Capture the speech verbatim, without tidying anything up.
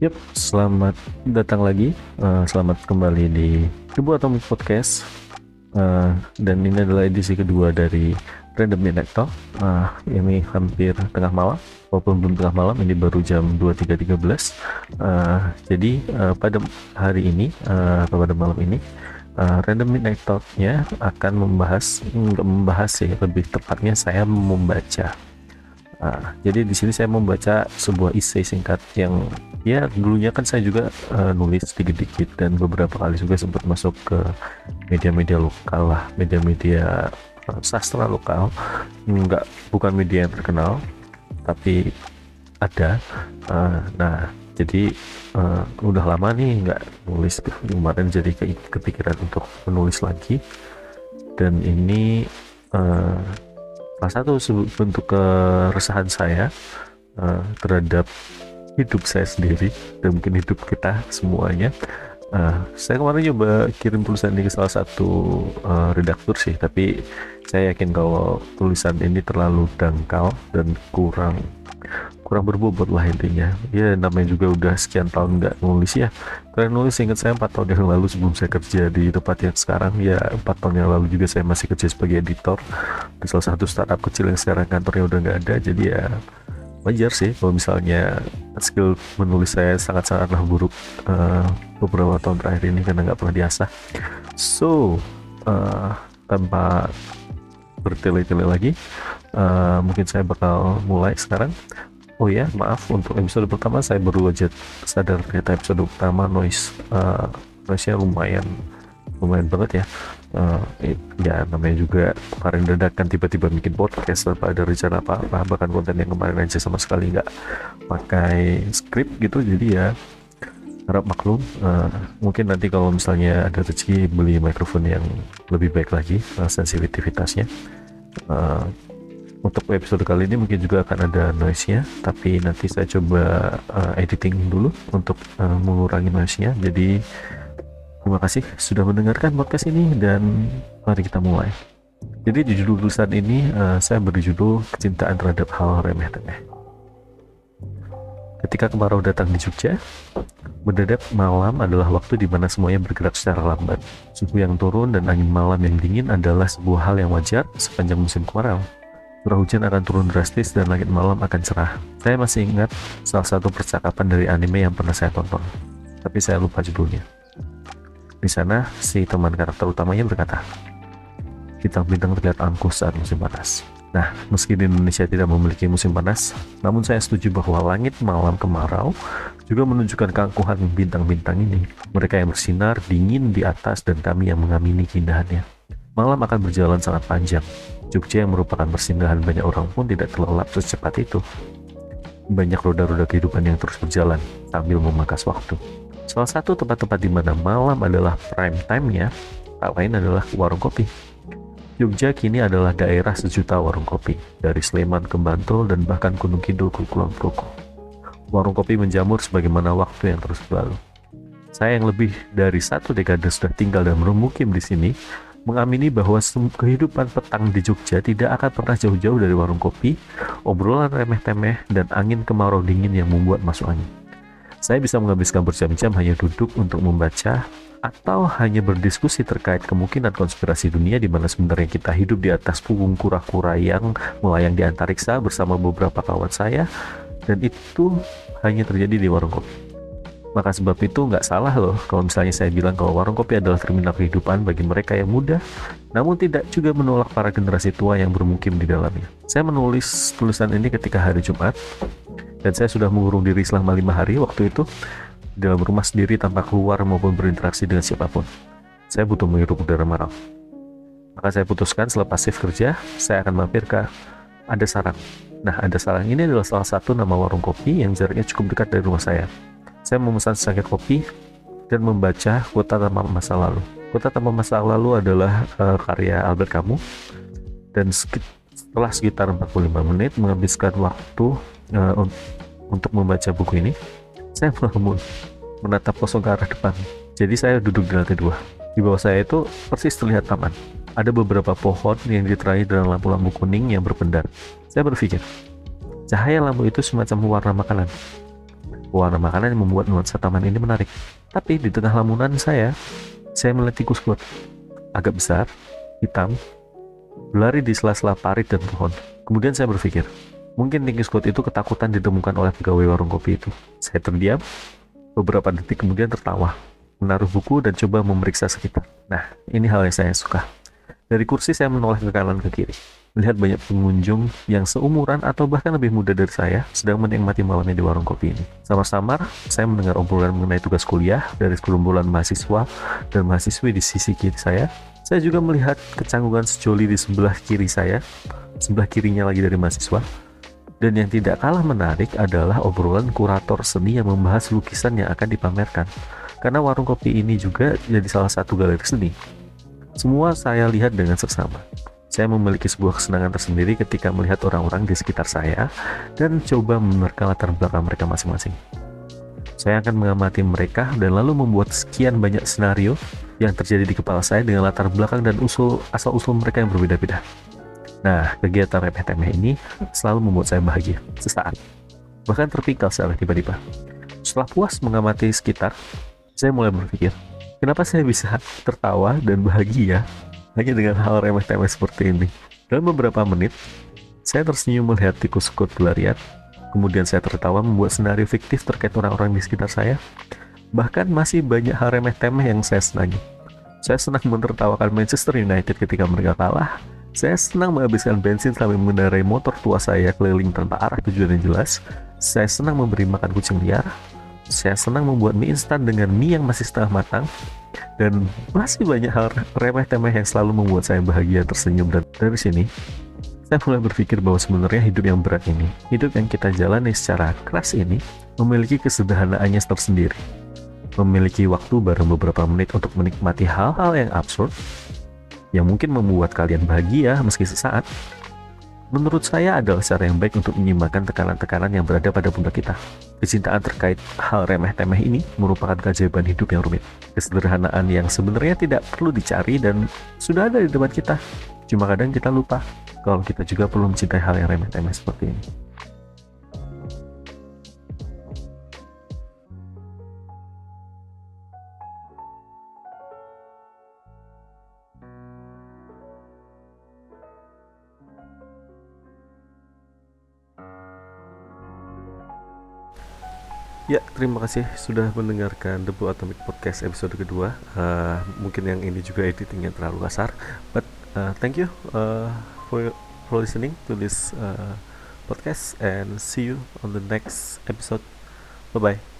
Yap, selamat datang lagi. Uh, selamat kembali di Kebu Atomic Podcast. Uh, dan ini adalah edisi kedua dari Random Midnight Talk. Uh, ini hampir tengah malam, walaupun belum tengah malam, ini baru jam dua puluh tiga tiga belas. Uh, jadi uh, pada hari ini, uh, atau pada malam ini, uh, Random Midnight Talk-nya akan membahas, nggak membahas sih, lebih tepatnya saya membaca. Nah, jadi di sini saya membaca sebuah essay singkat yang ya dulunya kan saya juga uh, nulis dikit-dikit dan beberapa kali juga sempat masuk ke media-media lokal lah, media-media uh, sastra lokal, nggak bukan media yang terkenal tapi ada. Uh, nah jadi uh, udah lama nih nggak nulis, kemarin jadi ke kepikiran untuk menulis lagi, dan ini uh, salah satu bentuk keresahan saya uh, terhadap hidup saya sendiri dan mungkin hidup kita semuanya. Uh, saya kemarin coba kirim tulisan ini ke salah satu uh, redaktur sih, tapi saya yakin kalau tulisan ini terlalu dangkal dan kurang kurang berbobot lah intinya. Ya namanya juga udah sekian tahun nggak nulis ya. Karena nulis ingat saya empat tahun yang lalu sebelum saya kerja di tempat yang sekarang. Ya empat tahun yang lalu juga saya masih kerja sebagai editor di salah satu startup kecil yang sekarang kantornya udah nggak ada. Jadi ya wajar sih kalau misalnya skill menulis saya sangat-sangatlah buruk uh, beberapa tahun terakhir ini karena nggak pernah diasah. So uh, tanpa bertele-tele lagi, uh, mungkin saya bakal mulai sekarang. Oh ya, maaf, untuk episode pertama saya baru aja sadar ternyata episode pertama noise uh, noise-nya lumayan lumayan banget ya. Uh, ya namanya juga kemarin dadakan tiba-tiba bikin podcast tanpa ada rencana apa-apa, bahkan konten yang kemarin aja sama sekali nggak pakai skrip gitu, jadi ya harap maklum. Uh, mungkin nanti kalau misalnya ada rezeki beli mikrofon yang lebih baik lagi uh, sensitivitasnya. Uh, untuk episode kali ini mungkin juga akan ada noise-nya, tapi nanti saya coba uh, editing dulu untuk uh, mengurangi noise-nya. Jadi terima kasih sudah mendengarkan podcast ini dan mari kita mulai. Jadi di judul tulisan ini uh, saya beri judul kecintaan terhadap hal remeh-temeh. Ketika kemarau datang di Jogja, mendadak malam adalah waktu di mana semuanya bergerak secara lambat. Suhu yang turun dan angin malam yang dingin adalah sebuah hal yang wajar sepanjang musim kemarau. Curah hujan akan turun drastis dan langit malam akan cerah. Saya masih ingat salah satu percakapan dari anime yang pernah saya tonton, tapi saya lupa judulnya. Di sana, si teman karakter utamanya berkata, bintang-bintang terlihat angkuh saat musim panas. Nah, meski di Indonesia tidak memiliki musim panas, namun saya setuju bahwa langit malam kemarau juga menunjukkan keangkuhan bintang-bintang ini. Mereka yang bersinar dingin di atas dan kami yang mengamini keindahannya. Malam akan berjalan sangat panjang. Jogja yang merupakan persinggahan banyak orang pun tidak terlelap secepat itu. Banyak roda-roda kehidupan yang terus berjalan sambil memangkas waktu. Salah satu tempat-tempat di mana malam adalah prime time-nya, tak lain adalah warung kopi. Jogja kini adalah daerah sejuta warung kopi, dari Sleman ke Bantul dan bahkan Gunung Kidul ke Kulon Progo. Warung kopi menjamur sebagaimana waktu yang terus berlalu. Saya yang lebih dari satu dekade sudah tinggal dan bermukim di sini, mengamini bahwa kehidupan petang di Jogja tidak akan pernah jauh-jauh dari warung kopi, obrolan remeh-temeh, dan angin kemarau dingin yang membuat masuk angin. Saya bisa menghabiskan berjam-jam hanya duduk untuk membaca atau hanya berdiskusi terkait kemungkinan konspirasi dunia di mana sebenarnya kita hidup di atas punggung kura-kura yang melayang di antariksa bersama beberapa kawan saya, dan itu hanya terjadi di warung kopi. Maka sebab itu nggak salah loh kalau misalnya saya bilang kalau warung kopi adalah terminal kehidupan bagi mereka yang muda, namun tidak juga menolak para generasi tua yang bermukim di dalamnya. Saya menulis tulisan ini ketika hari Jumat, dan saya sudah mengurung diri selama lima hari waktu itu di dalam rumah sendiri tanpa keluar maupun berinteraksi dengan siapapun. Saya butuh menghirup udara marau. Maka saya putuskan selepas shift kerja, saya akan mampir ke Ada Sarang. Nah, Ada Sarang ini adalah salah satu nama warung kopi yang jaraknya cukup dekat dari rumah saya. Saya memesan secangkir kopi dan membaca Kota Tanpa Masa Lalu. Kota Tanpa Masa Lalu adalah uh, karya Albert Camus, dan sekit- setelah sekitar empat puluh lima menit menghabiskan waktu uh, un- untuk membaca buku ini, saya melamun menatap kosong ke arah depan. Jadi saya duduk di lantai dua. Di bawah saya itu persis terlihat taman. Ada beberapa pohon yang diterangi dengan lampu-lampu kuning yang berpendar. Saya berpikir, cahaya lampu itu semacam warna makanan. Warna makanan yang membuat nuansa taman ini menarik. Tapi di tengah lamunan saya, saya melihat tikus got agak besar, hitam, berlari di sela-sela parit dan pohon. Kemudian saya berpikir, mungkin tikus got itu ketakutan ditemukan oleh pegawai warung kopi itu. Saya terdiam, beberapa detik kemudian tertawa, menaruh buku dan coba memeriksa sekitar. Nah, ini hal yang saya suka. Dari kursi saya menoleh ke kanan ke kiri, melihat banyak pengunjung yang seumuran atau bahkan lebih muda dari saya sedang menikmati malamnya di warung kopi ini. Samar-samar, saya mendengar obrolan mengenai tugas kuliah dari sekumpulan mahasiswa dan mahasiswi di sisi kiri saya. Saya juga melihat kecanggungan sejoli di sebelah kiri saya, sebelah kirinya lagi dari mahasiswa. Dan yang tidak kalah menarik adalah obrolan kurator seni yang membahas lukisan yang akan dipamerkan. Karena warung kopi ini juga jadi salah satu galeri seni. Semua saya lihat dengan seksama. Saya memiliki sebuah kesenangan tersendiri ketika melihat orang-orang di sekitar saya dan coba menerka latar belakang mereka masing-masing. Saya akan mengamati mereka dan lalu membuat sekian banyak skenario yang terjadi di kepala saya dengan latar belakang dan usul asal-usul mereka yang berbeda-beda. Nah, kegiatan remeh-temeh ini selalu membuat saya bahagia sesaat, bahkan terpingkal secara tiba-tiba. Setelah puas mengamati sekitar, saya mulai berpikir, kenapa saya bisa tertawa dan bahagia hanya dengan hal remeh-temeh seperti ini? Dalam beberapa menit, saya tersenyum melihat tikus got berlarian. Kemudian saya tertawa membuat senario fiktif terkait orang-orang di sekitar saya. Bahkan masih banyak hal remeh-temeh yang saya senangi. Saya senang menertawakan Manchester United ketika mereka kalah. Saya senang menghabiskan bensin sambil mengendarai motor tua saya keliling tanpa arah tujuan yang jelas. Saya senang memberi makan kucing liar. Saya senang membuat mie instan dengan mie yang masih setengah matang. Dan masih banyak hal remeh-temeh yang selalu membuat saya bahagia tersenyum. Dan dari sini, saya mulai berpikir bahwa sebenarnya hidup yang berat ini, hidup yang kita jalani secara keras ini, memiliki kesederhanaannya tersendiri. Memiliki waktu bareng beberapa menit untuk menikmati hal-hal yang absurd, yang mungkin membuat kalian bahagia meski sesaat, menurut saya adalah cara yang baik untuk menyimbangkan tekanan-tekanan yang berada pada pundak kita. Kecintaan terkait hal remeh-temeh ini merupakan keajaiban hidup yang rumit. Kesederhanaan yang sebenarnya tidak perlu dicari dan sudah ada di depan kita. Cuma kadang kita lupa kalau kita juga perlu mencintai hal yang remeh-temeh seperti ini. Ya, terima kasih sudah mendengarkan The Blue Atomic Podcast episode kedua. Uh, mungkin yang ini juga editingnya terlalu kasar, but uh, thank you uh, for for listening to this uh, podcast and see you on the next episode. Bye bye.